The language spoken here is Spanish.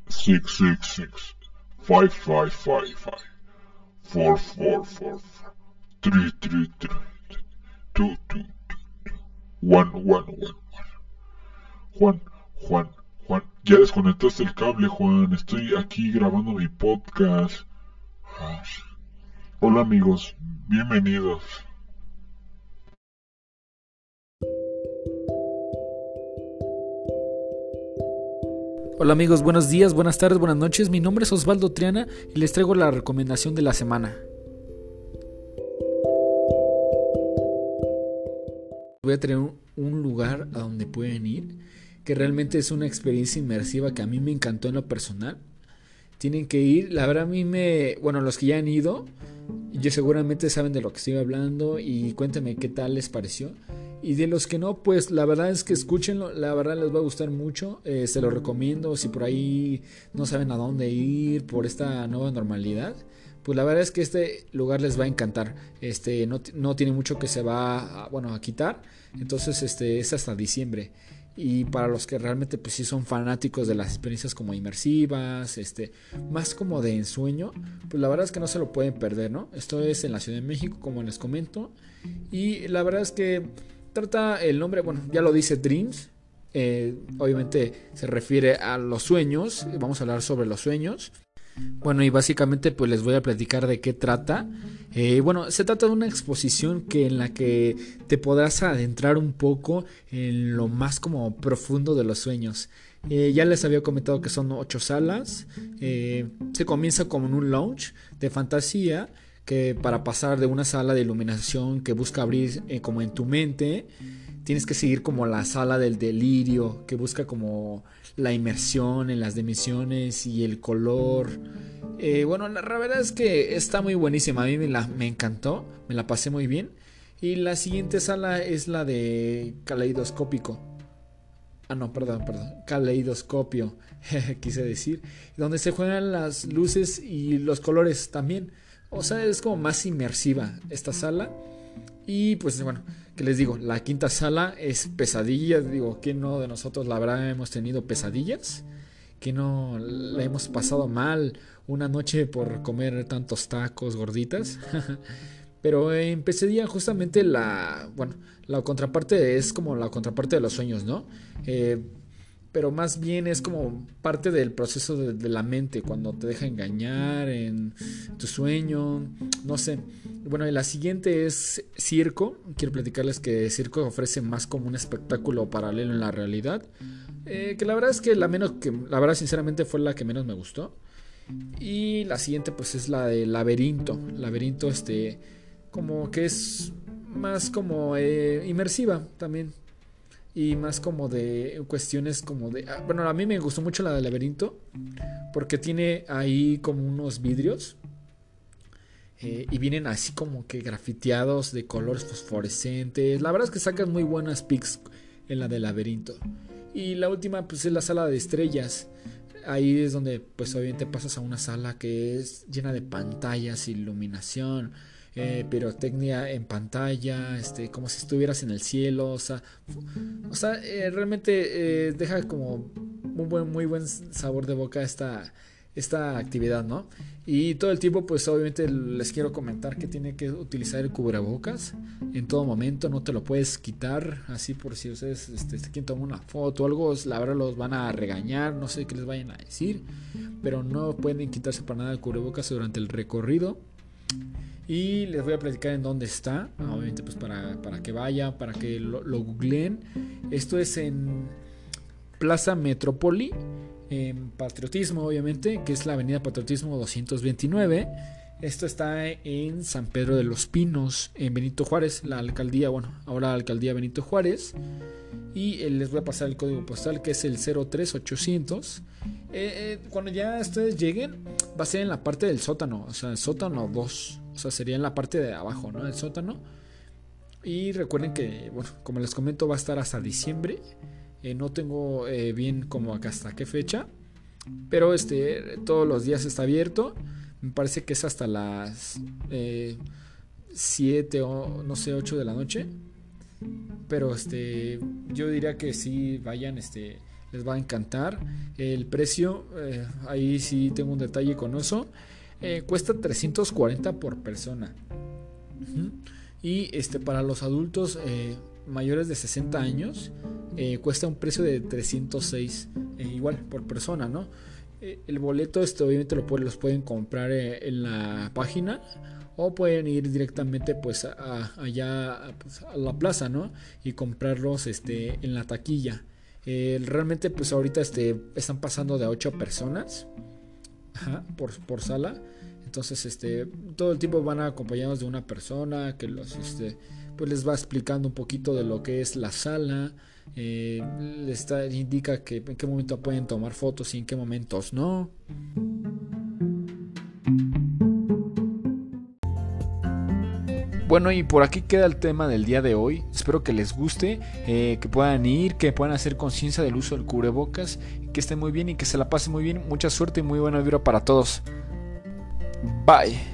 666 5555 4444 333 222 111. Juan, Juan, Juan, ya desconectaste el cable, Juan. Estoy aquí grabando mi podcast. Ah, hola amigos, bienvenidos. Hola amigos, buenos días, buenas tardes, buenas noches. Mi nombre es Osvaldo Triana y les traigo la recomendación de la semana. Voy a tener un lugar a donde pueden ir, que realmente es una experiencia inmersiva que a mí me encantó en lo personal. Tienen que ir, la verdad los que ya han ido, yo seguramente saben de lo que estoy hablando y cuéntenme qué tal les pareció. Y de los que no, pues la verdad es que escúchenlo, la verdad les va a gustar mucho, se lo recomiendo si por ahí no saben a dónde ir por esta nueva normalidad. Pues la verdad es que este lugar les va a encantar. No tiene mucho que se va a quitar, entonces es hasta diciembre. Y para los que realmente pues sí son fanáticos de las experiencias como inmersivas, más como de ensueño, pues la verdad es que no se lo pueden perder, ¿no? Esto es en la Ciudad de México, como les comento. Y la verdad es que trata el nombre, bueno, ya lo dice Dreams. Obviamente se refiere a los sueños. Vamos a hablar sobre los sueños. Bueno, y básicamente pues les voy a platicar de qué trata. Se trata de una exposición en la que te podrás adentrar un poco en lo más como profundo de los sueños. Ya les había comentado que son 8 salas. Se comienza como en un lounge de fantasía, que para pasar de una sala de iluminación que busca abrir como en tu mente, tienes que seguir como la sala del delirio, que busca como la inmersión en las dimensiones y el color. La verdad es que está muy buenísima. A mí me encantó, me la pasé muy bien. Y la siguiente sala es la de caleidoscópico. Perdón, caleidoscopio, quise decir. Donde se juegan las luces y los colores también. O sea, es como más inmersiva esta sala. Y pues bueno, ¿qué les digo? La quinta sala es pesadillas. Digo, ¿quién no de nosotros la verdad hemos tenido pesadillas? ¿Que no la hemos pasado mal una noche por comer tantos tacos, gorditas? Pero en pesadilla justamente la contraparte es como la contraparte de los sueños, ¿no? Pero más bien es como parte del proceso de la mente cuando te deja engañar en tu sueño, no sé. Bueno, y la siguiente es circo. Quiero platicarles que circo ofrece más como un espectáculo paralelo en la realidad, que la verdad es que la verdad sinceramente fue la que menos me gustó. Y la siguiente pues es la de laberinto, como que es más como inmersiva también, y más como de cuestiones como de a mí me gustó mucho la del laberinto porque tiene ahí como unos vidrios, y vienen así como que grafiteados de colores fosforescentes. La verdad es que sacan muy buenas pics en la del laberinto. Y la última pues es la sala de estrellas. Ahí es donde pues obviamente pasas a una sala que es llena de pantallas, iluminación, pirotecnia en pantalla, como si estuvieras en el cielo. Realmente deja como muy buen sabor de boca esta actividad, ¿no? Y todo el tiempo pues obviamente les quiero comentar que tiene que utilizar el cubrebocas en todo momento. No te lo puedes quitar así por si ustedes se quieren tomar una foto o algo. La verdad los van a regañar, no sé qué les vayan a decir, pero no pueden quitarse para nada el cubrebocas durante el recorrido. Y les voy a platicar en dónde está, obviamente pues para que vayan, para que lo googleen. Esto es en Plaza Metrópoli, en Patriotismo, obviamente, que es la avenida Patriotismo 229. Esto está en San Pedro de los Pinos, en Benito Juárez, la alcaldía, ahora la alcaldía Benito Juárez. Y les voy a pasar el código postal, que es el 03800. Cuando ya ustedes lleguen, va a ser en la parte del sótano, o sea, el sótano 2, o sea, sería en la parte de abajo, ¿no? El sótano. Y recuerden que, como les comento, va a estar hasta diciembre. No tengo bien como hasta qué fecha, pero todos los días está abierto. Me parece que es hasta las 7 o no sé 8 de la noche. Pero yo diría que sí vayan. les va a encantar. El precio, ahí sí tengo un detalle con eso, cuesta 340 por persona. Y para los adultos mayores de 60 años cuesta un precio de 306 igual por persona, ¿no? El boleto obviamente los pueden comprar en la página, o pueden ir directamente pues allá pues, a la plaza, ¿no? Y comprarlos en la taquilla. Realmente pues ahorita están pasando de 8 personas por sala. Entonces todo el tiempo van acompañados de una persona que pues les va explicando un poquito de lo que es la sala. Indica que en qué momento pueden tomar fotos y en qué momentos no. Bueno, y por aquí queda el tema del día de hoy. Espero que les guste, que puedan ir, que puedan hacer conciencia del uso del cubrebocas, que estén muy bien y que se la pasen muy bien. Mucha suerte y muy buena vibra para todos. Bye.